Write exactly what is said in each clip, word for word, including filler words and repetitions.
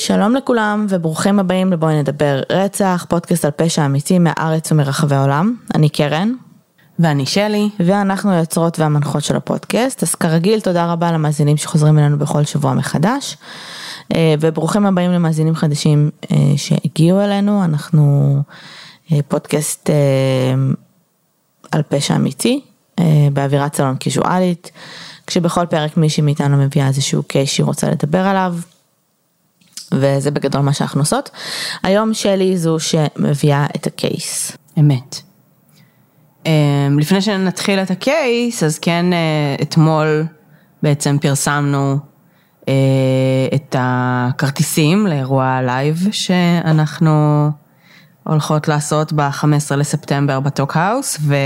שלום לכולם וברוכים הבאים לבואי נדבר רצח, פודקאסט על פשע אמיתי מהארץ ומרחבי העולם. אני קרן. ואני שלי. ואנחנו היוצרות והמנחות של הפודקאסט. אז כרגיל תודה רבה למאזינים שחוזרים אלינו בכל שבוע מחדש. וברוכים הבאים למאזינים חדשים שהגיעו אלינו. אנחנו פודקאסט על פשע אמיתי, באווירת סלון קיזואלית, כשבכל פרק מישהי מאיתנו מביאה איזשהו קייס שהיא רוצה לדבר עליו. וזה בגדול מה שאנחנו עושות. היום שלי זו שמביאה את הקייס. אמת. לפני שנתחיל את הקייס, אז כן, אתמול בעצם פרסמנו את הכרטיסים לאירוע הלייב שאנחנו הולכות לעשות ב-חמישה עשר לספטמבר בטוק-האוס, ו...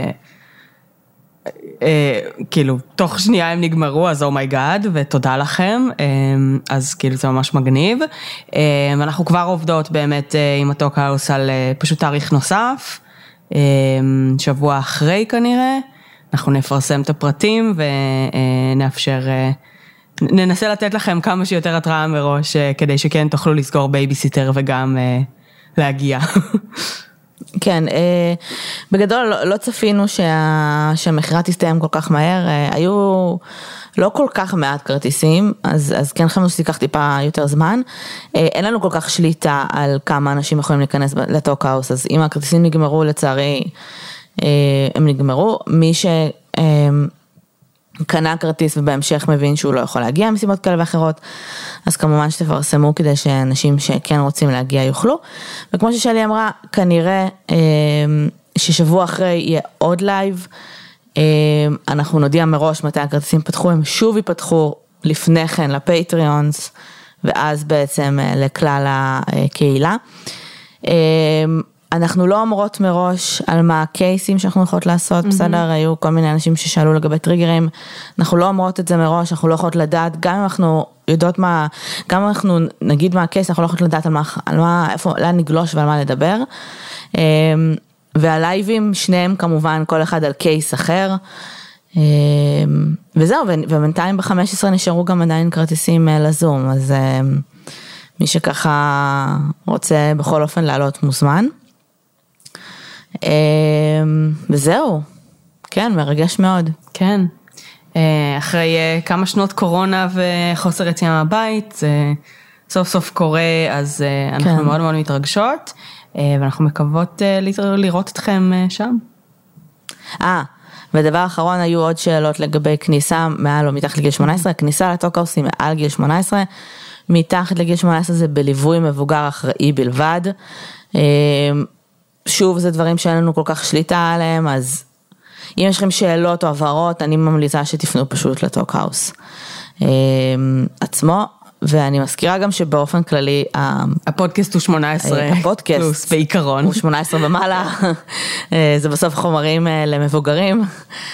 כאילו, תוך שנייה הם נגמרו, אז אומייגאד, ותודה לכם, אז כאילו זה ממש מגניב. אנחנו כבר עובדות באמת עם הטוק-האוס על פשוט תאריך נוסף, שבוע אחרי כנראה, אנחנו נפרסם את הפרטים ונאפשר, ננסה לתת לכם כמה שיותר התראה מראש, כדי שכן תוכלו לסגור בייביסיטר וגם להגיע. כן, בגדול לא, לא צפינו שה, שהמחירה תסתיים כל כך מהר, היו לא כל כך מעט כרטיסים, אז, אז כן חייבנו שתיקח טיפה יותר זמן, אין לנו כל כך שליטה על כמה אנשים יכולים להיכנס לטוק-האוס, אז אם הכרטיסים נגמרו לצערי, הם נגמרו, מי ש... קנה כרטיס ובהמשך מבין שהוא לא יכול להגיע מסיבות כאלה ואחרות, אז כמובן שתפרסמו כדי שאנשים שכן רוצים להגיע יוכלו, וכמו ששלי אמרה, כנראה ששבוע אחרי יהיה עוד לייב, אנחנו נודיע מראש מתי הכרטיסים פתחו, הם שוב ייפתחו לפני כן לפטריונס, ואז בעצם לכלל הקהילה. אנחנו לא אומרות מראש על מה הקייסים שאנחנו יכולות לעשות, בסדר, היו כל מיני אנשים ששאלו לגבי טריגרים, אנחנו לא אומרות את זה מראש, אנחנו לא יכולות לדעת, גם אם אנחנו יודעות מה, גם אם אנחנו נגיד מה הקייס, אנחנו לא יכולות לדעת על מה, על מה, איפה, לאן נגלוש ועל מה לדבר, והלייבים, שניהם כמובן, כל אחד על קייס אחר, וזהו, ובינתיים ב-חמש עשרה נשארו גם עדיין כרטיסים לזום, אז מי שככה רוצה בכל אופן לעלות מוזמן. וזהו, כן, מרגש מאוד. כן, אחרי כמה שנות קורונה וחוסר יציאה מהבית, זה סוף סוף קורה, אז אנחנו מאוד מאוד מתרגשות, ואנחנו מקוות לראות אתכם שם. אה, ודבר אחרון, היו עוד שאלות לגבי כניסה מעל או מתחת לגיל שמונה עשרה, הכניסה לטוק-האוס היא מעל גיל שמונה עשרה, מתחת לגיל שמונה עשרה זה בליווי מבוגר אחראי בלבד, שוב, זה דברים שאין לנו כל כך שליטה עליהם, אז אם יש לכם שאלות או הבהרות, אני ממליצה שתפנו פשוט לטוק-האוס עצמו, ואני מזכירה גם שבאופן כללי, הפודקאסט הוא שמונה עשרה פלוס בעיקרון. הוא שמונה עשרה ומעלה, זה בסוף חומרים למבוגרים.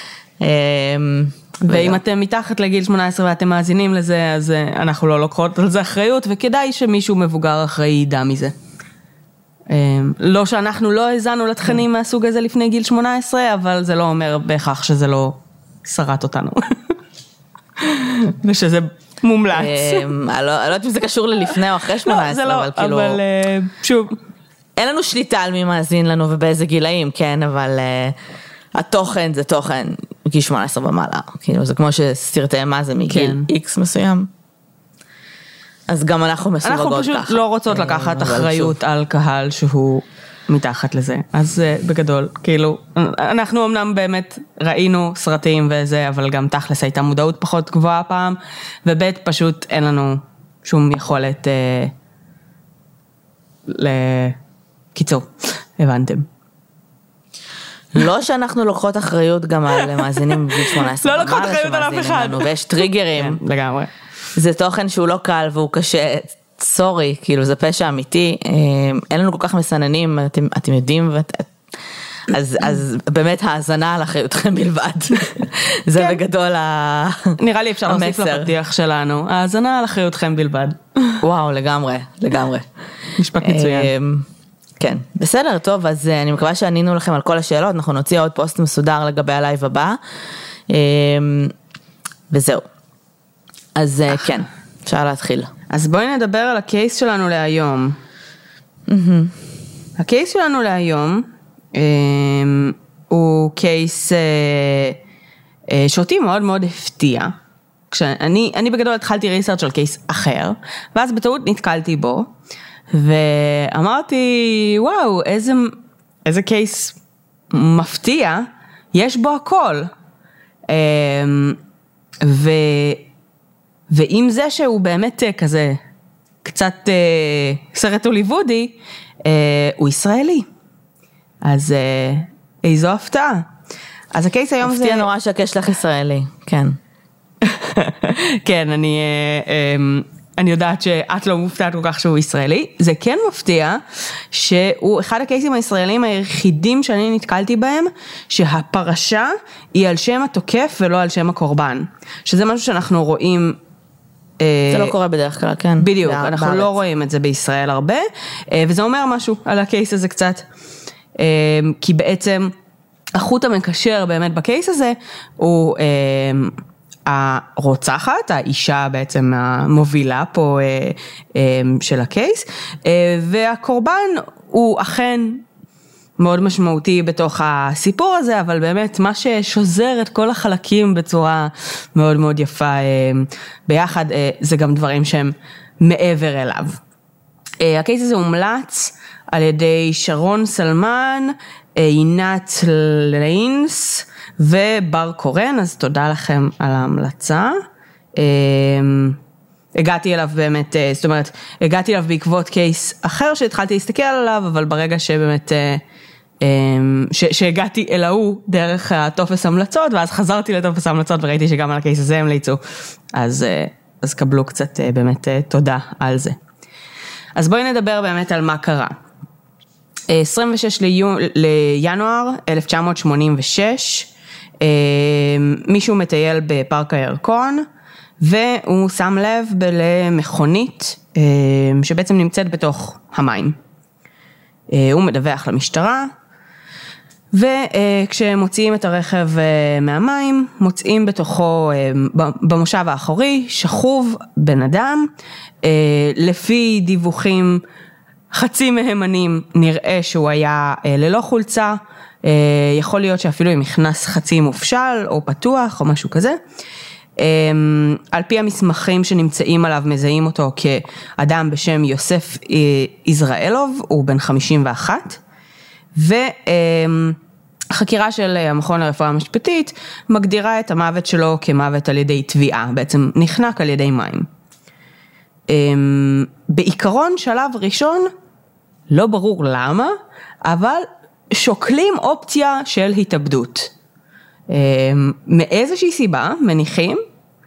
ואם אתם מתחת לגיל שמונה עשרה ואתם מאזינים לזה, אז אנחנו לא לוקחות על זה אחריות, וכדאי שמישהו מבוגר אחראי ידע מזה. לא שאנחנו לא הזנו לתכנים מהסוג הזה לפני גיל שמונה עשרה, אבל זה לא אומר בהכרח שזה לא שרת אותנו. ושזה מומלץ. אני לא יודעת אם זה קשור ללפני או אחרי שמונה עשרה, אבל כאילו... אבל שוב... אין לנו שליטה על מי מאזין לנו ובאיזה גילאים, כן, אבל התוכן זה תוכן גיל שמונה עשרה ומעלה. כאילו זה כמו שסרטי מה זה מגיל X מסוים. אז גם אנחנו מסווגות ככה. אנחנו פשוט לא רוצות לקחת אחריות על קהל שהוא מתחת לזה. אז בגדול, כאילו, אנחנו אמנם באמת ראינו סרטים וזה, אבל גם תכלס הייתה מודעות פחות גבוהה פעם, ובית פשוט אין לנו שום יכולת לקיצור, הבנתם. לא שאנחנו לוקחות אחריות גם על מאזינים בגיל שמונה עשרה. לא לוקחות אחריות על אף אחד. ויש טריגרים. לגמרי. זה תוכן שהוא לא קל והוא קשה, סורי, כאילו זה פשע אמיתי, אין לנו כל כך מסננים, אתם, אתם יודעים, אז, אז באמת האזנה על אחריותכם בלבד, זה כן. בגדול המסר. נראה לי אפשר להוסיף לפתיח שלנו, האזנה על אחריותכם בלבד. וואו, לגמרי, לגמרי. משפט מצוין. כן, בסדר, טוב, אז אני מקווה שענינו לכם על כל השאלות, אנחנו נוציא עוד פוסט מסודר לגבי הלייב הבא, וזהו. אז כן. אפשר להתחיל. אז בואי נדבר על הקייס שלנו להיום. הקייס שלנו להיום הוא קייס שאותי מאוד מאוד הפתיע. כשאני, אני בגדול התחלתי ריסרצ' על קייס אחר, ואז בטעות נתקלתי בו, ואמרתי, וואו, איזה, איזה קייס מפתיע, יש בו הכל. ו, ועם זה שהוא באמת כזה, קצת סרט הוליוודי, הוא ישראלי. אז איזו הפתעה. אז הקייס היום זה... מפתיע נורא שהקש לך ישראלי, כן. כן, אני, אני יודעת שאת לא מופתעת כל כך שהוא ישראלי. זה כן מפתיע שהוא אחד הקייסים הישראלים היחידים שאני נתקלתי בהם, שהפרשה היא על שם התוקף ולא על שם הקורבן. שזה משהו שאנחנו רואים... זה לא קורה בדרך כלל, כן. בדיוק, אנחנו לא רואים את זה בישראל הרבה, וזה אומר משהו על הקייס הזה קצת. כי בעצם החוט המקשר באמת בקייס הזה הוא... הרוצחת, האישה בעצם המובילה פה של הקייס, והקורבן הוא אכן מאוד משמעותי בתוך הסיפור הזה, אבל באמת מה ששוזר את כל החלקים בצורה מאוד מאוד יפה ביחד, זה גם דברים שהם מעבר אליו. הקייס הזה הומלץ על ידי שרון סלמן, עינת ליינס, ובר קורן, אז תודה לכם על ההמלצה. הגעתי אליו באמת, זאת אומרת, הגעתי אליו בעקבות קייס אחר שהתחלתי להסתכל עליו, אבל ברגע שבאמת, שהגעתי אל ההוא דרך הטופס המלצות, ואז חזרתי לטופס המלצות וראיתי שגם על הקייס הזה המליצו, אז, אז קבלו קצת באמת תודה על זה. אז בואי נדבר באמת על מה קרה. עשרים ושש לינואר אלף תשע מאות שמונים ושש, מישהו מטייל בפארק הירקון, והוא שם לב למכונית שבעצם נמצאת בתוך המים. הוא מדווח למשטרה, וכשמוציאים את הרכב מהמים, מוצאים בתוכו, במושב האחורי, שכוב בן אדם, לפי דיווחים חצי מהימנים נראה שהוא היה ללא חולצה, יכול להיות שאפילו אם נכנס חצי מופשל או פתוח או משהו כזה. על פי המסמכים שנמצאים עליו מזהים אותו כאדם בשם יוסף יזרעאלוב, הוא בן חמישים ואחת, והחקירה של המכון לרפואה משפטית מגדירה את המוות שלו כמוות על ידי תביעה, בעצם נחנק על ידי מים. בעיקרון שלב ראשון, לא ברור למה, אבל שוקלים אופציה של התאבדות. מאיזושהי סיבה מניחים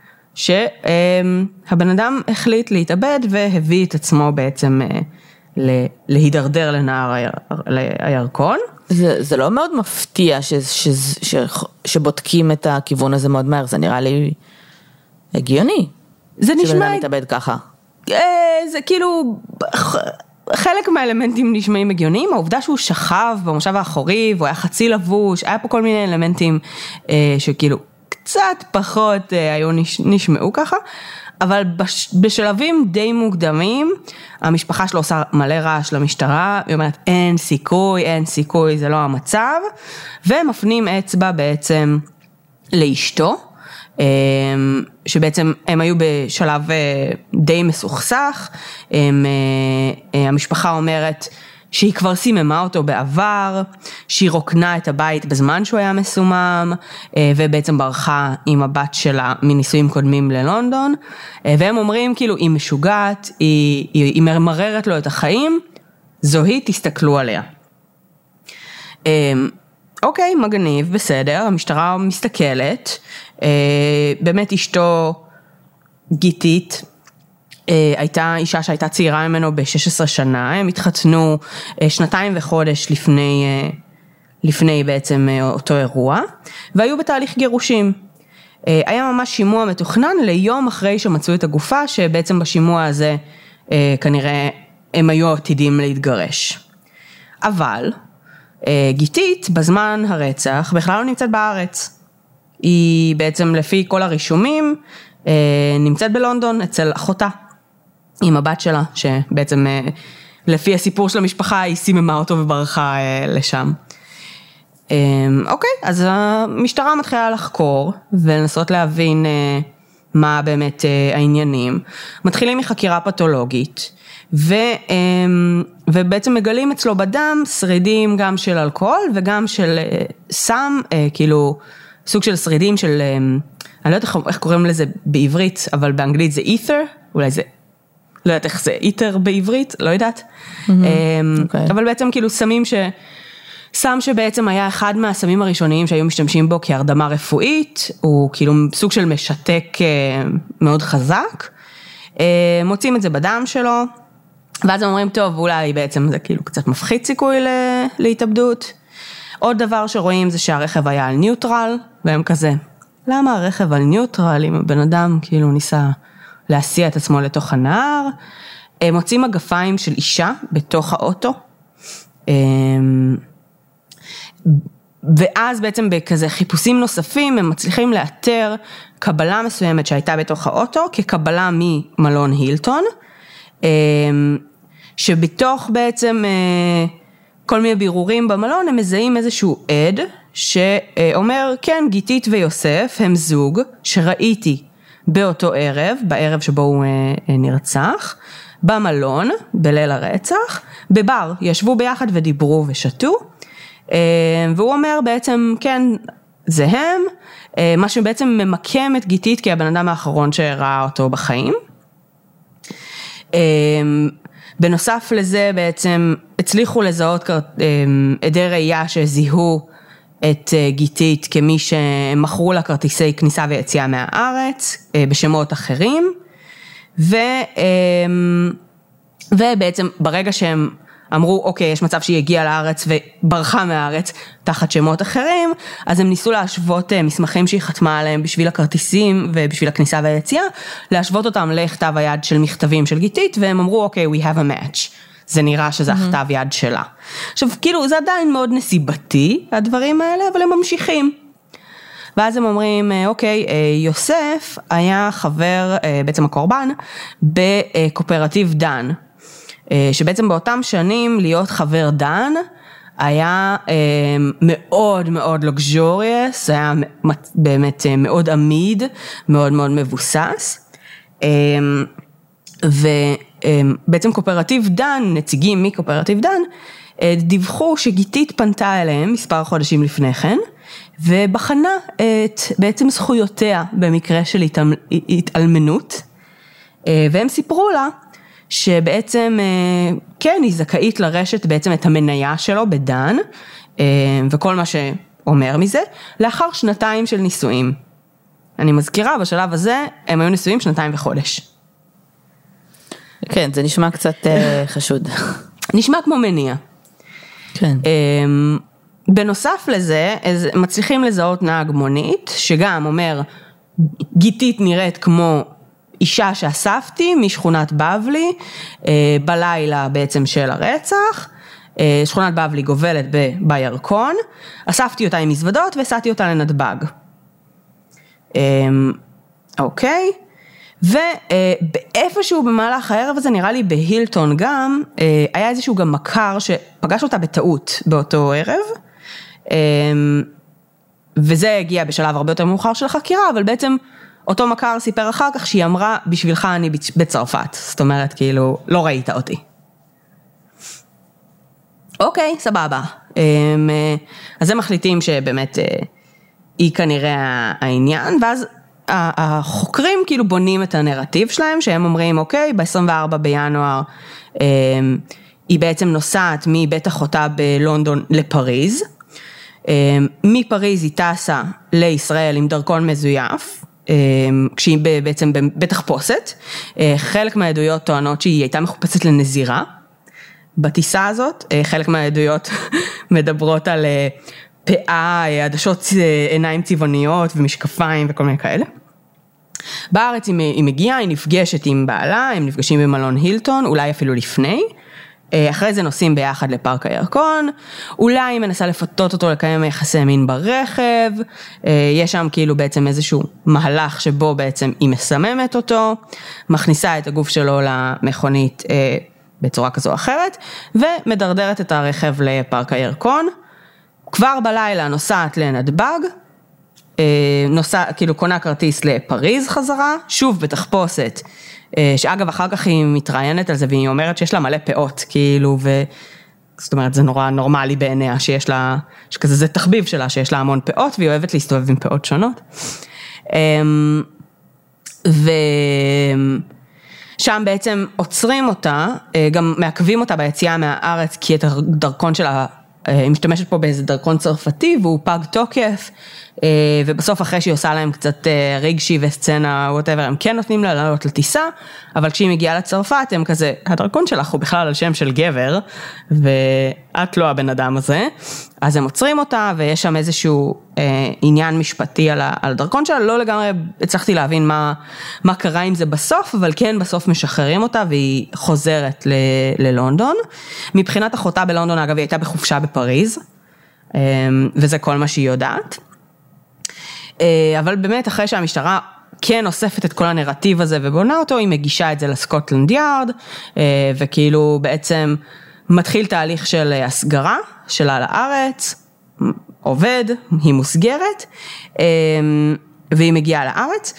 שהבן אדם החליט להתאבד והביא את עצמו בעצם להידרדר לנהר הירקון. זה, זה לא מאוד מפתיע ש, ש, ש, שבודקים את הכיוון הזה מאוד מהר, זה נראה לי הגיוני. זה נשמע... שבן אדם מתאבד ככה. זה כאילו... חלק מהאלמנטים נשמעים הגיוניים, העובדה שהוא שכב במושב האחורי, והוא היה חצי לבוש, היה פה כל מיני אלמנטים אה, שכאילו קצת פחות אה, היו נש, נשמעו ככה, אבל בש, בשלבים די מוקדמים, המשפחה שלו עושה מלא רעש למשטרה, היא אומרת אין סיכוי, אין סיכוי, זה לא המצב, ומפנים אצבע בעצם לאשתו, שבעצם הם היו בשלב די מסוכסך, הם, המשפחה אומרת שהיא כבר סיממה אותו בעבר, שהיא רוקנה את הבית בזמן שהוא היה מסומם, ובעצם ברחה עם הבת שלה מניסויים קודמים ללונדון, והם אומרים כאילו היא משוגעת, היא, היא, היא מרמררת לו את החיים, זוהי תסתכלו עליה. אוקיי, מגניב, בסדר, המשטרה מסתכלת, באמת אשתו גיתית, הייתה אישה שהייתה צעירה ממנו ב-שש עשרה שנה, הם התחתנו שנתיים וחודש לפני, לפני בעצם אותו אירוע, והיו בתהליך גירושים. היה ממש שימוע מתוכנן ליום אחרי שמצאו את הגופה, שבעצם בשימוע הזה כנראה הם היו עתידים להתגרש. אבל גיתית בזמן הרצח בכלל לא נמצאת בארץ. היא בעצם לפי כל הרישומים נמצאת בלונדון אצל אחותה, עם הבת שלה, שבעצם לפי הסיפור של המשפחה היא סיממה אותו וברחה לשם. אוקיי, אז המשטרה מתחילה לחקור ולנסות להבין מה באמת העניינים. מתחילים מחקירה פתולוגית, ו, ובעצם מגלים אצלו בדם שרידים גם של אלכוהול וגם של סם, כאילו סוג של שרידים של, אני לא יודעת איך קוראים לזה בעברית, אבל באנגלית זה אית'ר, אולי זה, לא יודעת איך זה אית'ר בעברית, לא יודעת. Mm-hmm. Okay. אבל בעצם כאילו סמים ש... סם שבעצם היה אחד מהסמים הראשוניים שהיו משתמשים בו כהרדמה רפואית, הוא כאילו סוג של משתק מאוד חזק, מוצאים את זה בדם שלו, ואז הם אומרים, טוב, אולי בעצם זה כאילו קצת מפחית סיכוי להתאבדות. עוד דבר שרואים זה שהרכב היה על ניוטרל, והם כזה, למה הרכב על ניוטרל אם הבן אדם כאילו ניסה להסיע את עצמו לתוך הנהר? הם מוצאים מגפיים של אישה בתוך האוטו, ואז בעצם בכזה חיפושים נוספים הם מצליחים לאתר קבלה מסוימת שהייתה בתוך האוטו כקבלה ממלון הילטון, שבתוך בעצם כל מיני בירורים במלון הם מזהים איזשהו עד שאומר כן, גיתית ויוסף הם זוג שראיתי באותו ערב, בערב שבו הוא נרצח, במלון בליל הרצח, בבר ישבו ביחד ודיברו ושתו, והוא אומר בעצם כן זה הם, מה שבעצם ממקם את גיתית כבן אדם האחרון שראה אותו בחיים. בנוסף לזה בעצם הצליחו לזהות עדי ראייה שזיהו את גיתית כמי שמכרו לה כרטיסי כניסה ויציאה מהארץ בשמות אחרים, ו, ובעצם ברגע שהם אמרו, אוקיי, יש מצב שהיא הגיעה לארץ וברחה מהארץ תחת שמות אחרים, אז הם ניסו להשוות מסמכים שהיא חתמה עליהם בשביל הכרטיסים ובשביל הכניסה והיציאה, להשוות אותם לכתב היד של מכתבים של גיתית, והם אמרו, אוקיי, we have a match. זה נראה שזה הכתב יד שלה. עכשיו, כאילו, זה עדיין מאוד נסיבתי, הדברים האלה, אבל הם ממשיכים. ואז הם אומרים, אוקיי, יוסף היה חבר, בעצם הקורבן, בקואופרטיב דן. שבעצם באותם שנים להיות חבר דן היה מאוד מאוד לוקז'וריאס, היה באמת מאוד עמיד, מאוד מאוד מבוסס, ובעצם קואופרטיב דן, נציגים מקואופרטיב דן, דיווחו שגיתית פנתה אליהם מספר חודשים לפני כן, ובחנה את בעצם זכויותיה במקרה של התאלמנות, והם סיפרו לה, שבעצם, כן, היא זכאית לרשת בעצם את המניה שלו בדן, וכל מה שאומר מזה, לאחר שנתיים של נישואים. אני מזכירה, בשלב הזה, הם היו נישואים שנתיים וחודש. כן, זה נשמע קצת חשוד. נשמע כמו מניע. כן. בנוסף לזה, מצליחים לזהות נהג מונית, שגם אומר, גיתית נראית כמו אישה שאספתי משכונת בבלי, בלילה בעצם של הרצח, שכונת בבלי גובלת בירקון, אספתי אותה עם מזוודות והסעתי אותה לנתב"ג. אוקיי, ואיפשהו במהלך הערב הזה, נראה לי בהילטון גם, היה איזשהו גם מכר שפגש אותה בטעות באותו ערב, וזה הגיע בשלב הרבה יותר מאוחר של החקירה, אבל בעצם אותו מכר סיפר אחר כך שהיא אמרה, בשבילך אני בצרפת, זאת אומרת כאילו, לא ראית אותי. אוקיי, סבבה. אז הם מחליטים שבאמת היא כנראה העניין, ואז החוקרים כאילו בונים את הנרטיב שלהם, שהם אומרים, אוקיי, ב-עשרים וארבעה בינואר, היא בעצם נוסעת מבית אחותה בלונדון לפריז, מפריז היא טסה לישראל עם דרכון מזויף, כשהיא בעצם בתחפושת, חלק מהעדויות טוענות שהיא הייתה מחופשת לנזירה, בטיסה הזאת, חלק מהעדויות מדברות על פאה, עדשות עיניים צבעוניות ומשקפיים וכל מיני כאלה. בארץ היא מגיעה, היא נפגשת עם בעלה, הם נפגשים במלון הילטון, אולי אפילו לפני, אחרי זה נוסעים ביחד לפארק הירקון, אולי היא מנסה לפתות אותו לקיים יחסי מין ברכב, יש שם כאילו בעצם איזשהו מהלך שבו בעצם היא מסממת אותו, מכניסה את הגוף שלו למכונית בצורה כזו או אחרת, ומדרדרת את הרכב לפארק הירקון, כבר בלילה נוסעת לנתב"ג, נוסע, כאילו קונה כרטיס לפריז חזרה, שוב בתחפושת, שאגב אחר כך היא מתראיינת על זה, והיא אומרת שיש לה מלא פאות, כאילו, ו... זאת אומרת, זה נורא נורמלי בעיניה, שיש לה, שכזה זה תחביב שלה, שיש לה המון פאות, והיא אוהבת להסתובב עם פאות שונות. ושם בעצם עוצרים אותה, גם מעכבים אותה ביציאה מהארץ, כי את הדרכון שלה, היא משתמשת פה באיזה דרכון צרפתי, והוא פג תוקף, ובסוף אחרי שהיא עושה להם קצת רגשי וסצנה, whatever, הם כן נותנים לה לעלות לטיסה, אבל כשהיא מגיעה לצרפת, הם כזה, הדרכון שלך הוא בכלל על שם של גבר, ואת לא הבן אדם הזה, אז הם עוצרים אותה, ויש שם איזשהו אה, עניין משפטי על, על הדרכון שלה, לא לגמרי הצלחתי להבין מה, מה קרה עם זה בסוף, אבל כן בסוף משחררים אותה, והיא חוזרת ל, ללונדון. מבחינת אחותה בלונדון, אגב, היא הייתה בחופשה בפריז, אה, וזה כל מה שהיא יודעת. אבל באמת אחרי שהמשטרה כן אוספת את כל הנרטיב הזה ובונה אותו, היא מגישה את זה לסקוטלנד יארד, וכאילו בעצם מתחיל תהליך של הסגרה שלה לארץ, עובד, היא מוסגרת, והיא מגיעה לארץ,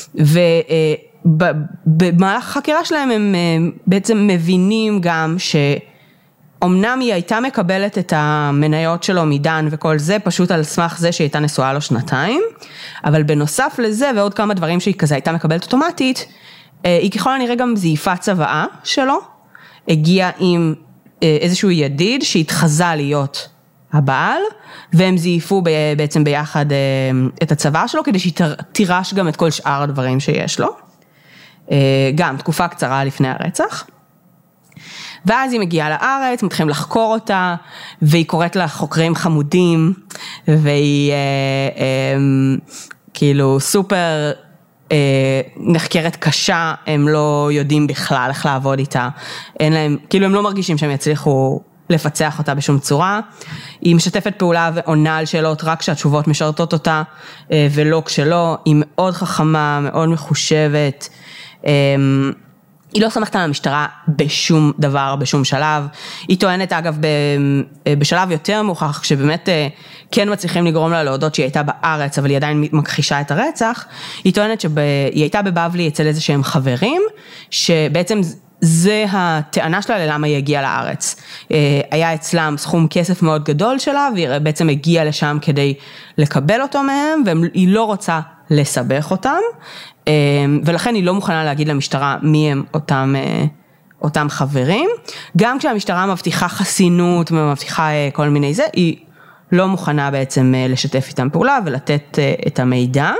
ובמהלך החקירה שלהם הם בעצם מבינים גם ש... אמנם היא הייתה מקבלת את המניות שלו מדן וכל זה, פשוט על סמך זה שהיא הייתה נשואה לו שנתיים, אבל בנוסף לזה ועוד כמה דברים שהיא כזה הייתה מקבלת אוטומטית, היא ככל הנראה גם זייפה צוואה שלו, הגיעה עם איזשהו ידיד שהתחזה להיות הבעל, והם זייפו בעצם ביחד את הצוואה שלו, כדי שהיא תירש גם את כל שאר הדברים שיש לו, גם תקופה קצרה לפני הרצח. ואז היא מגיעה לארץ, מתחילים לחקור אותה, והיא קוראת לה חוקרים חמודים, והיא אה, אה, כאילו סופר אה, נחקרת קשה, הם לא יודעים בכלל איך לעבוד איתה, אין להם, כאילו הם לא מרגישים שהם יצליחו לפצח אותה בשום צורה, היא משתפת פעולה ועונה על שאלות רק כשהתשובות משרתות אותה, אה, ולא כשלא, היא מאוד חכמה, מאוד מחושבת, אה, היא לא סמכת על המשטרה בשום דבר, בשום שלב. היא טוענת, אגב, בשלב יותר מוכח, שבאמת כן מצליחים לגרום לה להודות שהיא הייתה בארץ, אבל היא עדיין מכחישה את הרצח. היא טוענת שהיא הייתה בבבלי אצל איזה שהם חברים, שבעצם זה הטענה שלה ללמה היא הגיעה לארץ. היה אצלם סכום כסף מאוד גדול שלה, והיא בעצם הגיעה לשם כדי לקבל אותו מהם, והיא לא רוצה לסבך אותם, ולכן היא לא מוכנה להגיד למשטרה מי הם אותם, אותם חברים. גם כשהמשטרה מבטיחה חסינות ומבטיחה כל מיני זה, היא לא מוכנה בעצם לשתף איתם פעולה ולתת את המידע.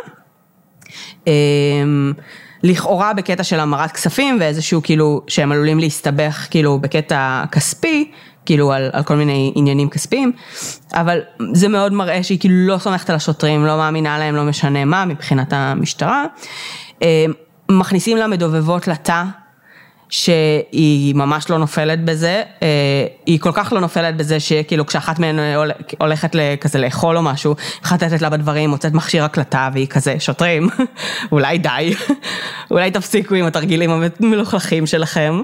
לכאורה בקטע של המרת כספים ואיזשהו כאילו שהם עלולים להסתבך כאילו בקטע כספי, כאילו על, על כל מיני עניינים כספיים, אבל זה מאוד מראה שהיא כאילו לא סומכת על השוטרים, לא מאמינה להם, לא משנה מה מבחינת המשטרה. מכניסים לה מדובבות לתא, שהיא ממש לא נופלת בזה, היא כל כך לא נופלת בזה שכאילו כשאחת מהן הולכת כזה לאכול או משהו, חטטת לה בדברים, מוצאת מכשיר הקלטה והיא כזה, שוטרים, אולי די, אולי תפסיקו עם התרגילים המלוכלכים שלכם.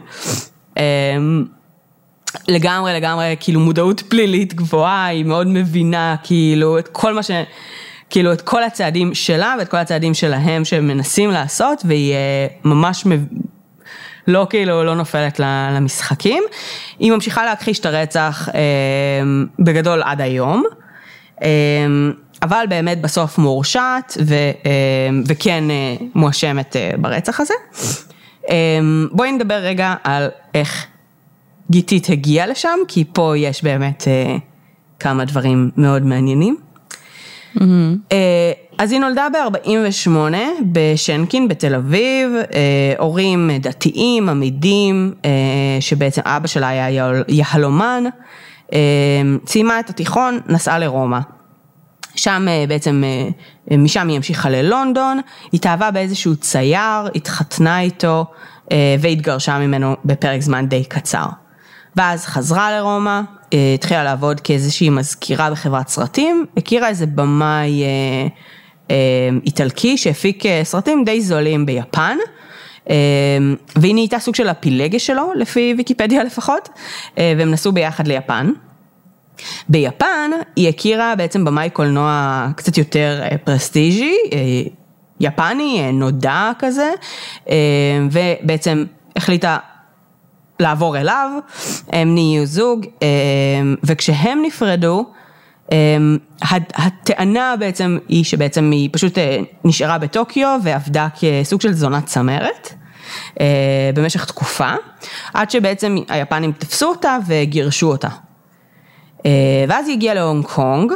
לגמרי, לגמרי, כאילו מודעות פלילית גבוהה, היא מאוד מבינה כאילו את כל מה ש... כאילו את כל הצעדים שלה ואת כל הצעדים שלהם שהם מנסים לעשות, והיא ממש לא כאילו לא נופלת למשחקים. היא ממשיכה להכחיש את הרצח בגדול עד היום, אבל באמת בסוף מורשעת וכן מואשמת ברצח הזה. בואי נדבר רגע על איך גיתית הגיעה לשם, כי פה יש באמת כמה דברים מאוד מעניינים. אז היא נולדה ב-ארבעים ושמונה בשנקין בתל אביב, הורים דתיים, עמידים, שבעצם אבא שלה היה יהלומן, סיימה את התיכון, נסעה לרומא. שם בעצם, משם היא המשיכה ללונדון, התאהבה באיזשהו צייר, התחתנה איתו, והתגרשה ממנו בפרק זמן די קצר. ואז חזרה לרומא, התחילה לעבוד כאיזושהי מזכירה בחברת סרטים, הכירה איזה במאי איטלקי שהפיק סרטים די זולים ביפן, והיא נהייתה סוג של הפילגש שלו, לפי ויקיפדיה לפחות, והם נסעו ביחד ליפן. ביפן היא הכירה בעצם במאי קולנוע קצת יותר פרסטיג'י, יפני, נודע כזה, ובעצם החליטה לעבור אליו, הם נהיו זוג, וכשהם נפרדו, הטענה בעצם היא שבעצם היא פשוט נשארה בטוקיו ועבדה כסוג של זונת צמרת במשך תקופה, עד שבעצם היפנים תפסו אותה וגירשו אותה. ואז היא הגיעה להונג קונג,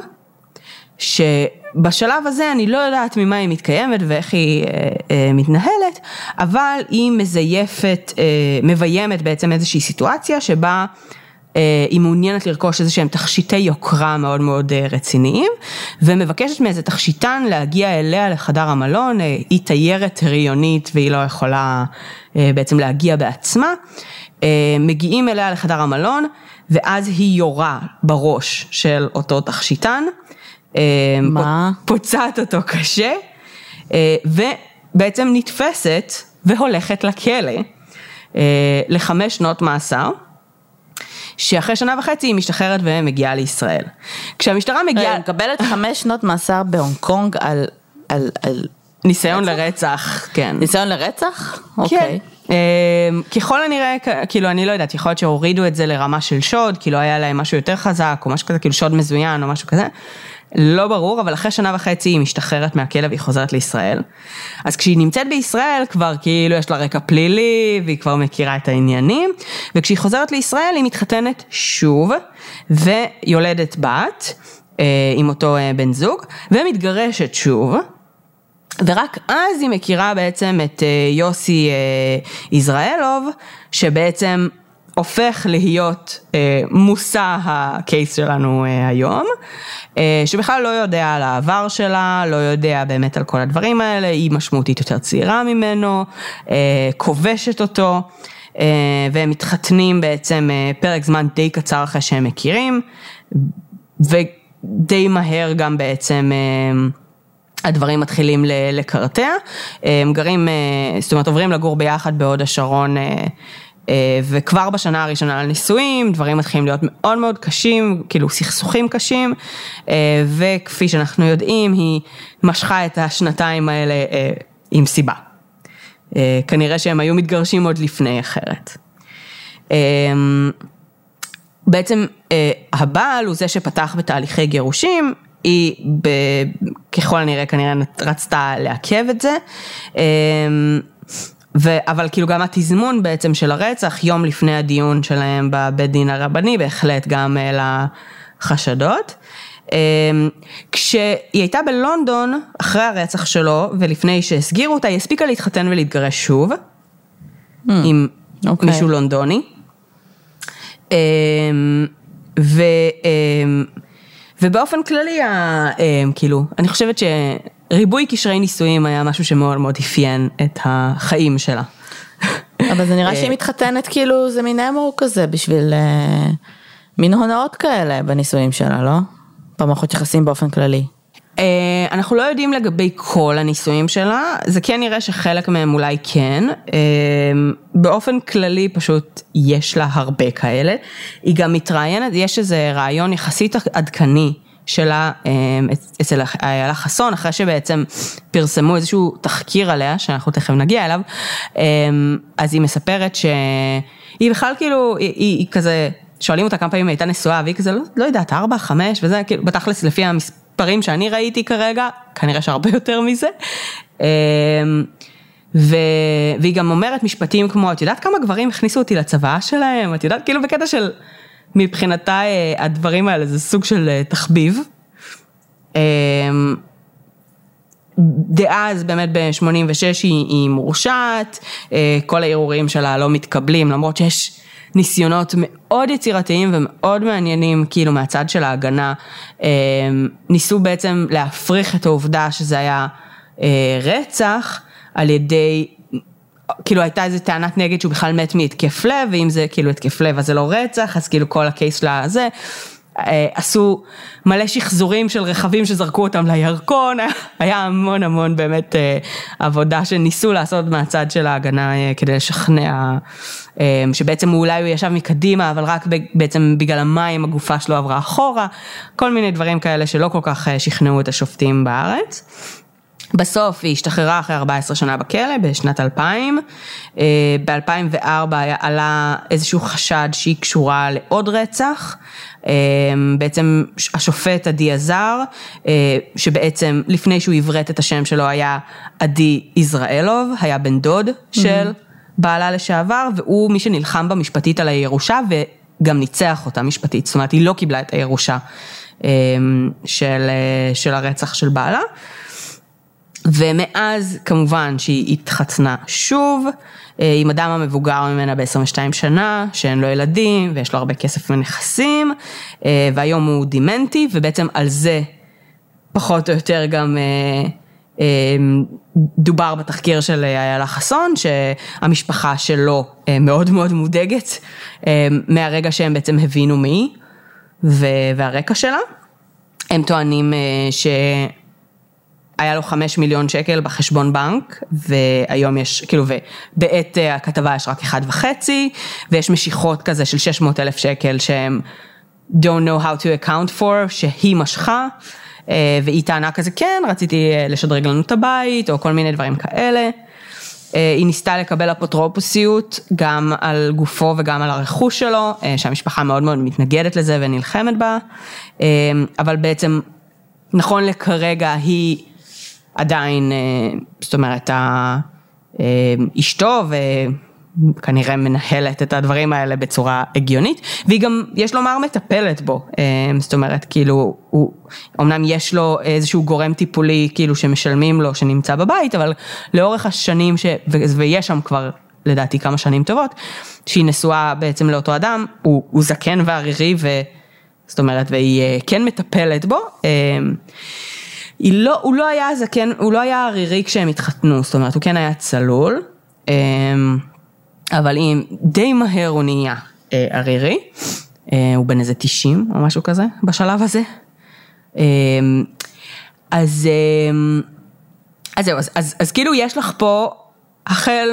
שבשלב הזה אני לא יודעת ממה היא מתקיימת ואיך היא מתנהלת, אבל היא מזייפת, מביימת בעצם איזושהי סיטואציה שבה היא מעוניינת לרכוש איזה שהם תכשיטי יוקרה מאוד מאוד רציניים, ומבקשת מאיזה תכשיטן להגיע אליה לחדר המלון, היא תיירת הריונית והיא לא יכולה בעצם להגיע בעצמה, מגיעים אליה לחדר המלון, ואז היא יורה בראש של אותו תכשיטן, מה? פוצעת אותו קשה, ובעצם נתפסת והולכת לכלא, לחמש שנות מאסר, שאחרי שנה וחצי היא משתחררת ומגיעה לישראל. כשהמשטרה מגיעה... מקבלת חמש שנות מאסר בהונג קונג על... על, על... ניסיון לרצח, כן. ניסיון לרצח? כן. אוקיי. ככל הנראה, כאילו אני לא יודעת, יכול להיות שהורידו את זה לרמה של שוד, כאילו היה להם משהו יותר חזק, או משהו כזה, כאילו שוד מזוין או משהו כזה. לא ברור, אבל אחרי שנה וחצי היא משתחררת מהכלא והיא חוזרת לישראל. אז כשהיא נמצאת בישראל, כבר כאילו יש לה רקע פלילי, והיא כבר מכירה את העניינים, וכשהיא חוזרת לישראל היא מתחתנת שוב, ויולדת בת, עם אותו בן זוג, ומתגרשת שוב, ורק אז היא מכירה בעצם את יוסי יזרעאלוב, שבעצם הופך להיות מושא הקייס שלנו היום, שבכלל לא יודע על העבר שלה, לא יודע באמת על כל הדברים האלה, היא משמעותית יותר צעירה ממנו, כובשת אותו, והם מתחתנים בעצם פרק זמן די קצר אחרי שהם מכירים, ודי מהר גם בעצם הדברים מתחילים לקרטע, הם גרים, זאת אומרת עוברים לגור ביחד בהוד השרון, וכבר בשנה הראשונה לנישואים, דברים מתחילים להיות מאוד מאוד קשים, כאילו סכסוכים קשים, וכפי שאנחנו יודעים, היא משכה את השנתיים האלה עם סיבה. כנראה שהם היו מתגרשים עוד לפני אחרת. בעצם הבעל הוא זה שפתח בתהליכי גירושים, היא ככל הנראה כנראה רצתה לעכב את זה, ו, אבל כאילו גם התזמון בעצם של הרצח, יום לפני הדיון שלהם בבית דין הרבני, בהחלט גם לחשדות. כשהיא הייתה בלונדון, אחרי הרצח שלו, ולפני שהסגירו אותה, היא הספיקה להתחתן ולהתגרש שוב, mm, עם okay. מישהו לונדוני. ו, ובאופן כללי, כאילו, אני חושבת ש... ריבוי קשרי נישואים היה משהו שמאוד מאוד אפיין את החיים שלה. אבל זה נראה שהיא מתחתנת כאילו זה מין אמור כזה בשביל מין הונאות כאלה בנישואים שלה, לא? במערכות יחסים באופן כללי. אנחנו לא יודעים לגבי כל הנישואים שלה, זה כן נראה שחלק מהם אולי כן, באופן כללי פשוט יש לה הרבה כאלה, היא גם מתראיינת, יש איזה רעיון יחסית עדכני, שלה אצל איילה חסון, אחרי שבעצם פרסמו איזשהו תחקיר עליה, שאנחנו תכף נגיע אליו, אז היא מספרת שהיא בכלל כאילו, היא, היא כזה, שואלים אותה כמה פעמים הייתה נשואה, והיא כזה, לא, לא יודעת, ארבע, חמש, וזה כאילו, בתכלס לפי המספרים שאני ראיתי כרגע, כנראה שהרבה יותר מזה, ו... והיא גם אומרת משפטים כמו, את יודעת כמה גברים הכניסו אותי לצבא שלהם, את יודעת, כאילו בקטע של... מבחינתה הדברים האלה זה סוג של תחביב. דאז באמת ב-שמונים ושש היא, היא מורשעת, כל הערעורים שלה לא מתקבלים, למרות שיש ניסיונות מאוד יצירתיים ומאוד מעניינים, כאילו מהצד של ההגנה, ניסו בעצם להפריך את העובדה שזה היה רצח, על ידי כאילו הייתה איזו טענת נגד שהוא בכלל מת מהתקף לב, ואם זה כאילו התקף לב אז זה לא רצח, אז כאילו כל הקייס לזה, עשו מלא שחזורים של רכבים שזרקו אותם לירקון, היה המון המון באמת עבודה שניסו לעשות מהצד של ההגנה כדי לשכנע, שבעצם אולי הוא ישב מקדימה, אבל רק בעצם בגלל המים הגופה שלו עברה אחורה, כל מיני דברים כאלה שלא כל כך שכנעו את השופטים בארץ. בסוף היא השתחררה אחרי ארבע עשרה שנה בכלא, בשנת אלפיים, ב-אלפיים וארבע עלה איזשהו חשד שהיא קשורה לעוד רצח, בעצם השופט עדי עזר, שבעצם לפני שהוא עברת את השם שלו היה עדי יזרעאלוב, היה בן דוד של בעלה לשעבר, והוא מי שנלחם במשפטית על הירושה, וגם ניצח אותה משפטית, זאת אומרת היא לא קיבלה את הירושה של, של הרצח של בעלה, ומאז כמובן שהיא התחתנה שוב, עם אדם המבוגר ממנה ב-עשרים ושתיים שנה, שאין לו ילדים, ויש לו הרבה כסף ונכסים, והיום הוא דימנטי, ובעצם על זה פחות או יותר גם דובר בתחקיר של איילה חסון, שהמשפחה שלו מאוד מאוד מודאגת, מהרגע שהם בעצם הבינו מי, והרקע שלה. הם טוענים ש... היה לו חמש מיליון שקל בחשבון בנק, והיום יש, כאילו, ובעת הכתבה יש רק אחד וחצי, ויש משיכות כזה של שש מאות אלף שקל, שהם don't know how to account for, שהיא משכה, והיא טענה כזה, כן, רציתי לשדרג לנו את הבית, או כל מיני דברים כאלה. היא ניסתה לקבל אפוטרופוסיות, גם על גופו וגם על הרכוש שלו, שהמשפחה מאוד מאוד מתנגדת לזה ונלחמת בה, אבל בעצם, נכון לכרגע, היא עדיין, זאת אומרת, אשתו וכנראה מנהלת את הדברים האלה בצורה הגיונית, והיא גם, יש לומר, מטפלת בו, זאת אומרת, כאילו, הוא, אמנם יש לו איזשהו גורם טיפולי, כאילו, שמשלמים לו, שנמצא בבית, אבל לאורך השנים, ש, ויש שם כבר, לדעתי, כמה שנים טובות, שהיא נשואה בעצם לאותו אדם, הוא, הוא זקן וערירי, ו, זאת אומרת, והיא כן מטפלת בו, היא לא, הוא לא היה זקן, הוא לא היה ערירי כשהם התחתנו, זאת אומרת, הוא כן היה צלול, אבל אם די מהר הוא נהיה ערירי, הוא בן איזה תשעים או משהו כזה בשלב הזה. אז, אז זהו, אז, אז, אז כאילו יש לך פה החל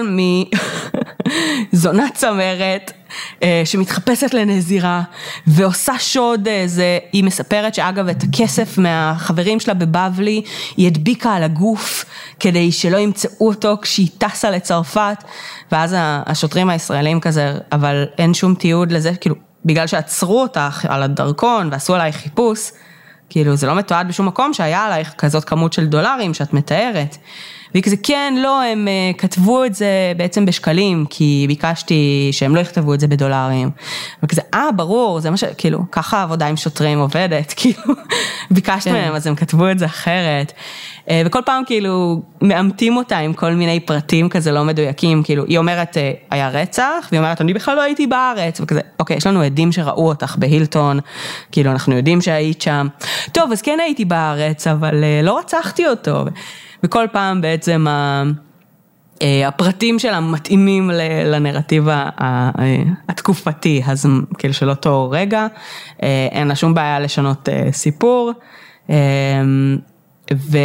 מזונה צמרת, שמתחפשת לנזירה, ועושה שוד, זה, היא מספרת שאגב את הכסף מהחברים שלה בבבלי, היא הדביקה על הגוף, כדי שלא ימצאו אותו כשהיא טסה לצרפת, ואז השוטרים הישראלים כזה, אבל אין שום תיעוד לזה, כאילו, בגלל שעצרו אותך על הדרכון, ועשו עלייך חיפוש, כאילו זה לא מתועד בשום מקום, שהיה עלייך כזאת כמות של דולרים, שאת מתארת, והיא כזה, כן, לא, הם כתבו את זה בעצם בשקלים, כי ביקשתי שהם לא יכתבו את זה בדולרים. וכזה, אה, ברור, זה מה ש... כאילו, ככה העבודה עם שוטרים עובדת, כאילו, ביקשת מהם, אז הם כתבו את זה אחרת. וכל פעם, כאילו, מאמתים אותה עם כל מיני פרטים כזה לא מדויקים, כאילו, היא אומרת, היה רצח, והיא אומרת, אני בכלל לא הייתי בארץ, וכזה, אוקיי, יש לנו עדים שראו אותך בהילטון, כאילו, אנחנו יודעים שהיית שם. טוב, אז כן הייתי בארץ, אבל לא רצחתי אותו. וכל פעם בעצם הפרטים שלה מתאימים לנרטיב התקופתי, אז כאילו של אותו רגע, אין לה שום בעיה לשנות סיפור, ו...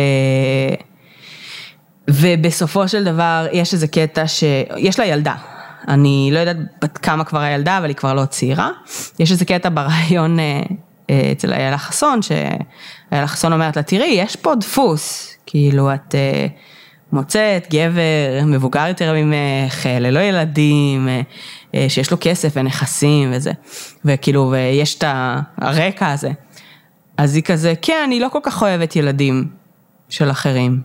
ובסופו של דבר יש איזה קטע שיש לה ילדה, אני לא יודעת בת כמה כבר הילדה, אבל היא כבר לא צעירה, יש איזה קטע ברעיון אצל איילה חסון, שאיילה חסון אומרת לה, תראי, יש פה דפוס, כאילו את מוצאת גבר מבוגר יותר ממך, ללא ילדים, שיש לו כסף ונכסים וזה, וכאילו ויש את הרקע הזה, אז היא כזה, כן, אני לא כל כך אוהבת ילדים של אחרים,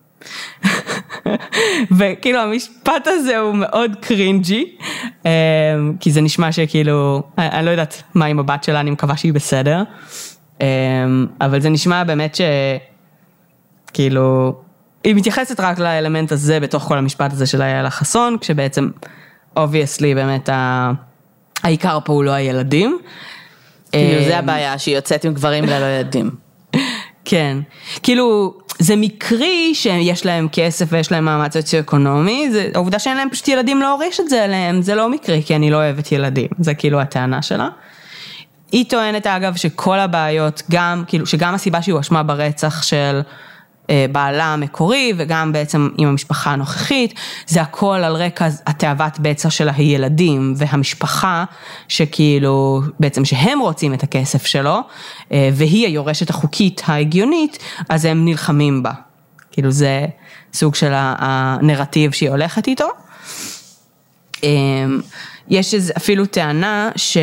וכאילו המשפט הזה הוא מאוד קרינג'י, כי זה נשמע שכאילו, אני לא יודעת מה עם הבת שלה, אני מקווה שהיא בסדר, אבל זה נשמע באמת ש... כאילו, היא מתייחסת רק לאלמנט הזה בתוך כל המשפט הזה של איילה חסון, כשבעצם, obviously, באמת, העיקר פה הוא לא הילדים. כאילו, זה הבעיה, שהיא יוצאת עם גברים ללא ילדים. כן, כאילו, זה מקרי שיש להם כסף ויש להם מאמץ סוציו-אקונומי, זה העובדה שאין להם פשוט ילדים להוריש את זה אליהם, זה לא מקרי, כי אני לא אוהבת ילדים, זה כאילו הטענה שלה. היא טוענת אגב שכל הבעיות, גם, כאילו, שגם הסיבה שהיא הואשמה ברצח של אה, בעלה המקורי, וגם בעצם עם המשפחה הנוכחית, זה הכל על רקע התאוות בצע של הילדים והמשפחה, שכאילו, בעצם שהם רוצים את הכסף שלו, אה, והיא היורשת החוקית ההגיונית, אז הם נלחמים בה. כאילו זה סוג של הנרטיב שהיא הולכת איתו. אה, יש אפילו טענה ש...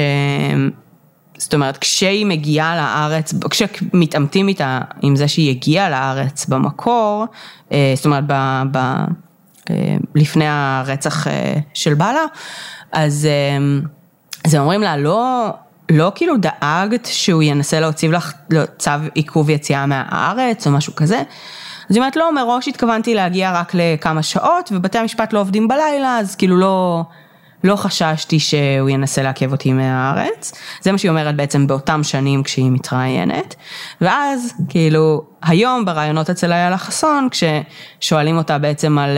זאת אומרת, כשהיא מגיעה לארץ, כשמתאמתים איתה עם זה שהיא הגיעה לארץ במקור, זאת אומרת, ב, ב, לפני הרצח של בעלה, אז, אז הם אומרים לה, לא, לא כאילו דאגת שהוא ינסה להוציא לך צו עיכוב יציאה מהארץ או משהו כזה, אז היא אומרת, לא, מראש התכוונתי להגיע רק לכמה שעות, ובתי המשפט לא עובדים בלילה, אז כאילו לא... לא חששתי שהוא ינסה לעכב אותי מהארץ, זה מה שהיא אומרת בעצם באותם שנים כשהיא מתראיינת, ואז כאילו היום ברעיונות אצל איילה חסון, כששואלים אותה בעצם על,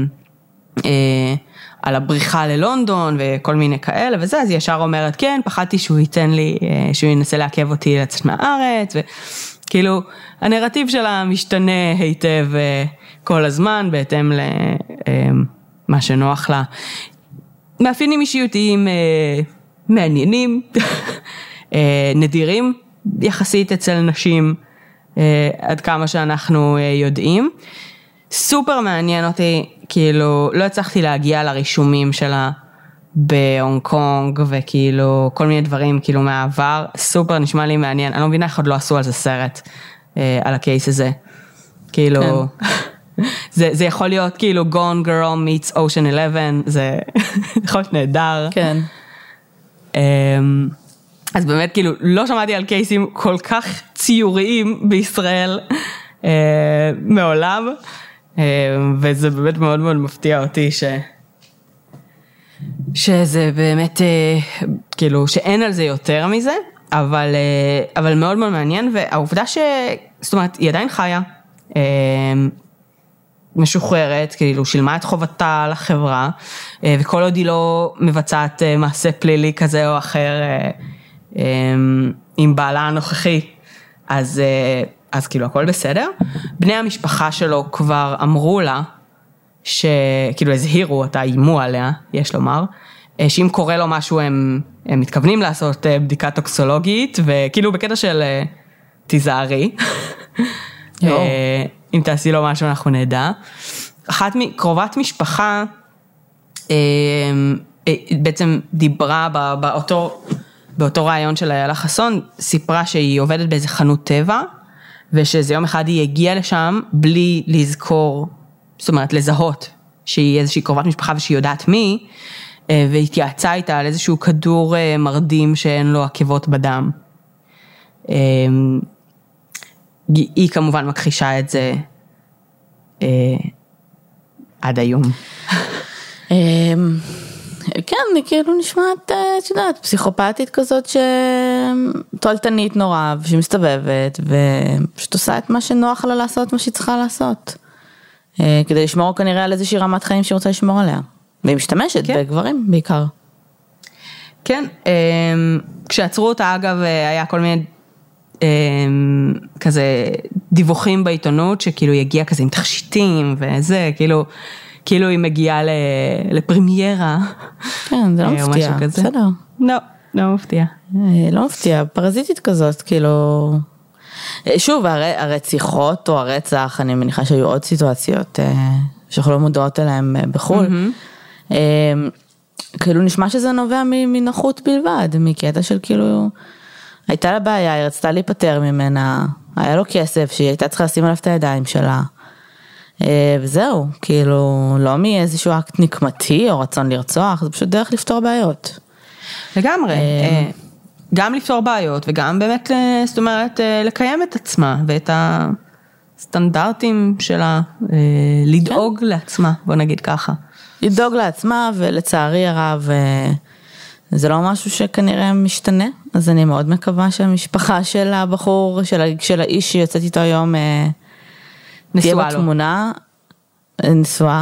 אה, על הבריחה ללונדון וכל מיני כאלה וזה, אז היא ישר אומרת כן, פחדתי שהוא ייתן לי, שהוא ינסה לעכב אותי לצאת מהארץ, וכאילו הנרטיב שלה משתנה היטב כל הזמן, בהתאם למה שנוח לה. מאפיינים אישיותיים אה, מעניינים, אה, נדירים יחסית אצל נשים, אה, עד כמה שאנחנו אה, יודעים. סופר מעניין אותי, כאילו לא הצלחתי להגיע לרישומים שלה בהונג קונג, וכאילו כל מיני דברים כאילו מהעבר, סופר נשמע לי מעניין, אני לא מבינה איך עוד לא עשו על זה סרט, אה, על הקייס הזה, כאילו... כן. זה, זה יכול להיות כאילו Gone Girl meets Ocean Eleven, זה יכול להיות נהדר. כן. אז באמת כאילו לא שמעתי על קייסים כל כך ציוריים בישראל מעולם, וזה באמת מאוד מאוד מפתיע אותי ש... שזה באמת כאילו שאין על זה יותר מזה, אבל, אבל מאוד מאוד מעניין, והעובדה ש... זאת אומרת, היא עדיין חיה, משוחררת, כאילו שילמה את חובתה לחברה, וכל עוד היא לא מבצעת מעשה פלילי כזה או אחר עם בעלה הנוכחי, אז, אז כאילו הכל בסדר. בני המשפחה שלו כבר אמרו לה, שכאילו הזהירו אותה, אימו עליה, יש לומר, שאם קורה לו משהו הם, הם מתכוונים לעשות בדיקה טוקסולוגית, וכאילו בקטע של תיזהרי. יו. אם תעשי לו משהו אנחנו נדע. אחת מקרובת משפחה בעצם דיברה באותו, באותו רעיון של איילה חסון, סיפרה שהיא עובדת באיזה חנות טבע, ושזה יום אחד היא הגיעה לשם בלי לזכור, זאת אומרת לזהות שהיא איזושהי קרובת משפחה ושהיא יודעת מי, והתייעצה איתה על איזשהו כדור מרדים שאין לו עקבות בדם. היא כמובן מכחישה את זה אה, עד היום. כן, היא כאילו נשמעת, את יודעת, פסיכופתית כזאת שתולטנית נורא, שמסתובבת, ופשוט עושה את מה שנוח לה לעשות, מה שהיא צריכה לעשות. כדי לשמור כנראה על איזושהי רמת חיים שהיא רוצה לשמור עליה. והיא משתמשת כן. בגברים בעיקר. כן, כשעצרו אותה אגב, היה כל מיני... כזה דיווחים בעיתונות שכאילו היא הגיעה כזה עם תכשיטים וזה, כאילו, כאילו היא מגיעה לפרמיירה. כן, זה לא מפתיע, בסדר. לא, לא מפתיע. לא מפתיע, פרזיטית כזאת, כאילו, שוב, הרציחות או הרצח, אני מניחה שהיו עוד סיטואציות שאנחנו לא מודעות אליהן בחול. כאילו נשמע שזה נובע מנוחות בלבד, מקטע של כאילו... הייתה לה בעיה, היא רצתה להיפטר ממנה, היה לו כסף שהיא הייתה צריכה לשים עליו את הידיים שלה, וזהו, כאילו, לא מאיזשהו אקט נקמתי או רצון לרצוח, זה פשוט דרך לפתור בעיות. לגמרי, גם לפתור בעיות, וגם באמת, זאת אומרת, לקיים את עצמה, ואת הסטנדרטים שלה, לדאוג לעצמה, בוא נגיד ככה. לדאוג לעצמה, ולצערי הרב, זה לא משהו שכנראה משתנה, אז אני מאוד מקווה שהמשפחה של הבחור, של, של האיש שיוצאת איתו היום, נשואה תהיה בתמונה, נשואה,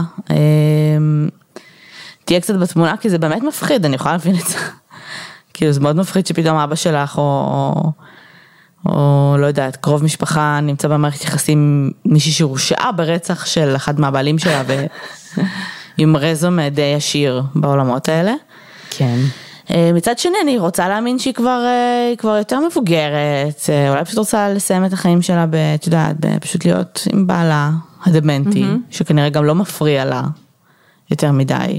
תהיה קצת בתמונה, כי זה באמת מפחיד, אני יכולה להבין את זה. כאילו זה מאוד מפחיד שפתאום אבא שלך, או, או לא יודעת, קרוב משפחה נמצא במערכת יחסים מישהי שהורשעה ברצח של אחד מהבעלים שלה, ועם רזום די ישיר בעולמות האלה. כן. מצד שני, אני רוצה להאמין שהיא כבר, כבר יותר מבוגרת, אולי פשוט רוצה לסיים את החיים שלה, את יודעת, פשוט להיות עם בעלה הדמנטי, mm-hmm. שכנראה גם לא מפריע לה יותר מדי.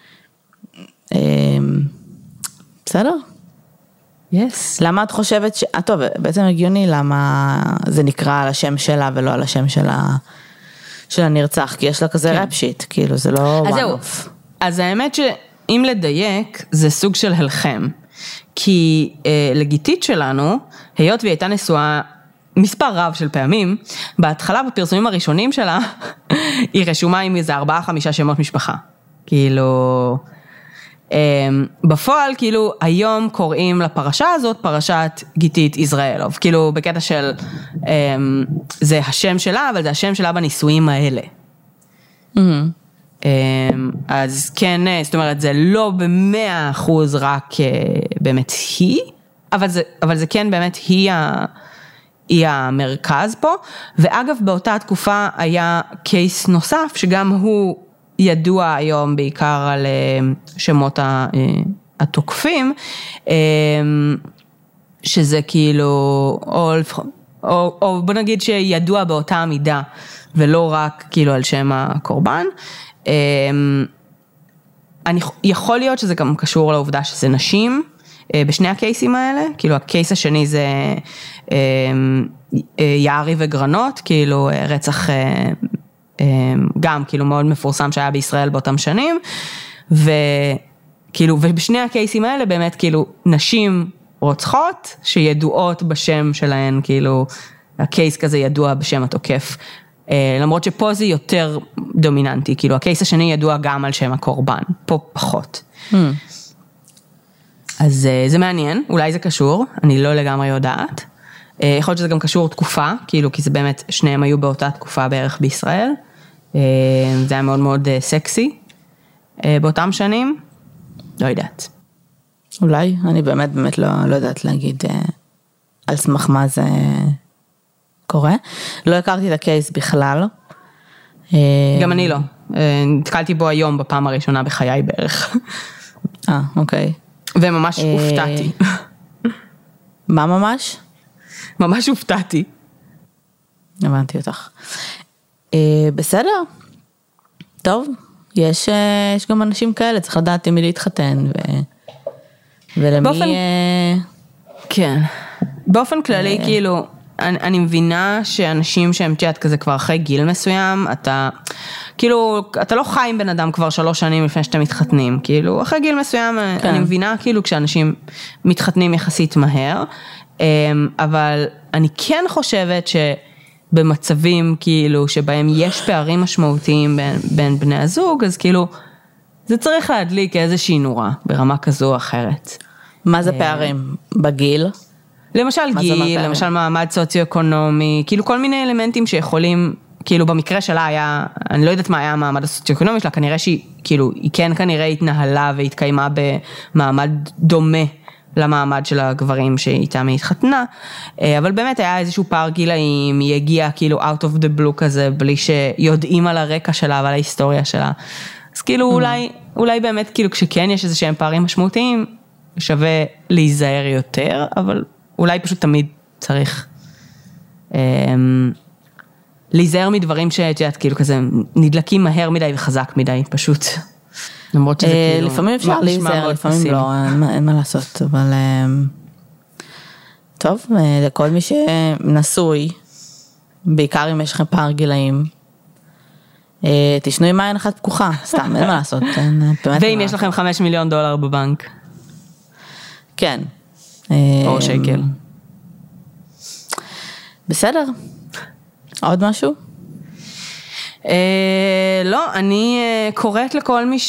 בסדר? Yes. למה את חושבת ש... טוב, בעצם הגיוני למה זה נקרא על השם שלה ולא על השם שלה, של הנרצח, כי יש לה כזה כן. רפשיט, כאילו זה לא... אז זהו, אז האמת שאם לדייק, זה סוג של הלחם, כי אה, לגיטית שלנו, היות והיא הייתה נשואה מספר רב של פעמים, בהתחלה בפרסומים הראשונים שלה, היא רשומה עם איזה ארבעה חמישה שמות משפחה, כאילו... בפועל, כאילו, היום קוראים לפרשה הזאת, פרשת גיטית יזרעאלוב, כאילו, בקטע של, זה השם שלה, אבל זה השם שלה בנישואים האלה. אז כן, זאת אומרת, זה לא במאה אחוז רק באמת היא, אבל זה, אבל זה כן באמת היא ה... היא המרכז פה, ואגב, באותה תקופה היה קייס נוסף, שגם הוא ידוע היום בעיקר על שמות התוקפים, שזה כאילו, או, או, או בוא נגיד שידוע באותה מידה, ולא רק כאילו על שם הקורבן. אני, יכול להיות שזה גם קשור לעובדה שזה נשים, בשני הקייסים האלה, כאילו הקייס השני זה יערי וגרנות, כאילו רצח גם כאילו מאוד מפורסם שהיה בישראל באותם שנים, וכאילו, ובשני הקייסים האלה באמת כאילו נשים רוצחות שידועות בשם שלהן, כאילו הקייס כזה ידוע בשם התוקף, למרות שפה זה יותר דומיננטי, כאילו הקייס השני ידוע גם על שם הקורבן, פה פחות. Hmm. אז זה מעניין, אולי זה קשור, אני לא לגמרי יודעת. יכול להיות שזה גם קשור תקופה, כאילו, כי זה באמת, שניהם היו באותה תקופה בערך בישראל. זה היה מאוד מאוד סקסי באותם שנים. לא יודעת. אולי, אני באמת באמת לא, לא יודעת להגיד על סמך מה זה קורה. לא הכרתי את הקייס בכלל. גם אני לא. נתקלתי בו היום בפעם הראשונה בחיי בערך. אה, אוקיי. וממש הופתעתי. מה ממש? ממש הופתעתי. הבנתי אותך. בסדר. טוב, יש, יש גם אנשים כאלה, צריך לדעת עם מי להתחתן, ו... ולמי... באופן... כן. באופן כללי, כאילו, אני, אני מבינה שאנשים שהם תיאת כזה כבר אחרי גיל מסוים, אתה, כאילו, אתה לא חי עם בן אדם כבר שלוש שנים לפני שאתם מתחתנים, כאילו, אחרי גיל מסוים, כן. אני מבינה, כאילו, כשאנשים מתחתנים יחסית מהר, אבל אני כן חושבת שבמצבים, כאילו, שבהם יש פערים משמעותיים בין, בין בני הזוג, אז כאילו, זה צריך להדליק איזושהי נורה, ברמה כזו או אחרת. מה זה פערים? בגיל? למשל גיל, למשל מעמד סוציו-אקונומי, כאילו כל מיני אלמנטים שיכולים, כאילו במקרה שלה היה, אני לא יודעת מה היה המעמד הסוציו-אקונומי שלה, כנראה שהיא, כאילו, היא כן כנראה התנהלה והתקיימה במעמד דומה למעמד של הגברים שאיתם היא התחתנה, אבל באמת היה איזשהו פער גילאים, היא הגיעה כאילו out of the blue כזה, בלי שיודעים על הרקע שלה ועל ההיסטוריה שלה, אז כאילו אולי, אולי באמת כאילו כשכן יש איזה שהם פערים משמעותיים, שווה להיזהר יותר, אבל אולי פשוט תמיד צריך להיזהר מדברים שאת כאילו כזה נדלקים מהר מדי וחזק מדי, פשוט. למרות שזה כאילו... לפעמים אפשר להיזהר, לפעמים לא, אין מה לעשות, אבל... טוב, לכל מי שנשוי, בעיקר אם יש לכם פער גילאים, תשנו עם עין אחת פקוחה, סתם, אין מה לעשות. ואם יש לכם חמש מיליון דולר בבנק. כן. או שקל. בסדר. עוד משהו? לא, אני קוראת לכל מי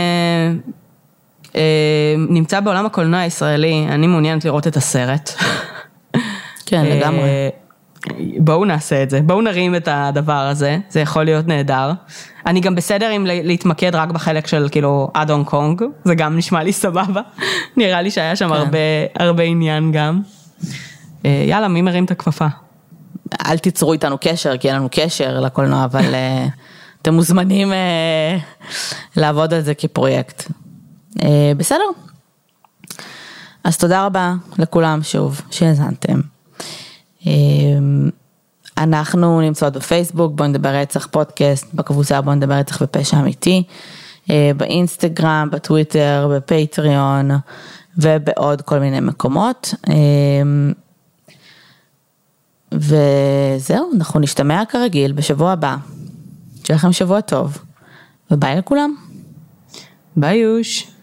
שנמצא בעולם הקולנוע הישראלי, אני מעוניינת לראות את הסרט. כן, לגמרי. בואו נעשה את זה, בואו נרים את הדבר הזה, זה יכול להיות נהדר. אני גם בסדר עם להתמקד רק בחלק של כאילו עד הונג קונג, זה גם נשמע לי סבבה, נראה לי שהיה שם הרבה, הרבה עניין גם. יאללה, מי מרים את הכפפה? אל תיצרו איתנו קשר, כי אין לנו קשר לקולנוע, אבל אתם מוזמנים לעבוד על זה כפרויקט. בסדר? אז תודה רבה לכולם שוב שהזנתם. אנחנו נמצאות בפייסבוק, בוא נדבר רצח פודקאסט, בקבוצה בוא נדבר רצח ופשע אמיתי, באינסטגרם, בטוויטר, בפטריון ובעוד כל מיני מקומות. וזהו, אנחנו נשתמע כרגיל בשבוע הבא. שיהיה לכם שבוע טוב, וביי לכולם. ביי יוש.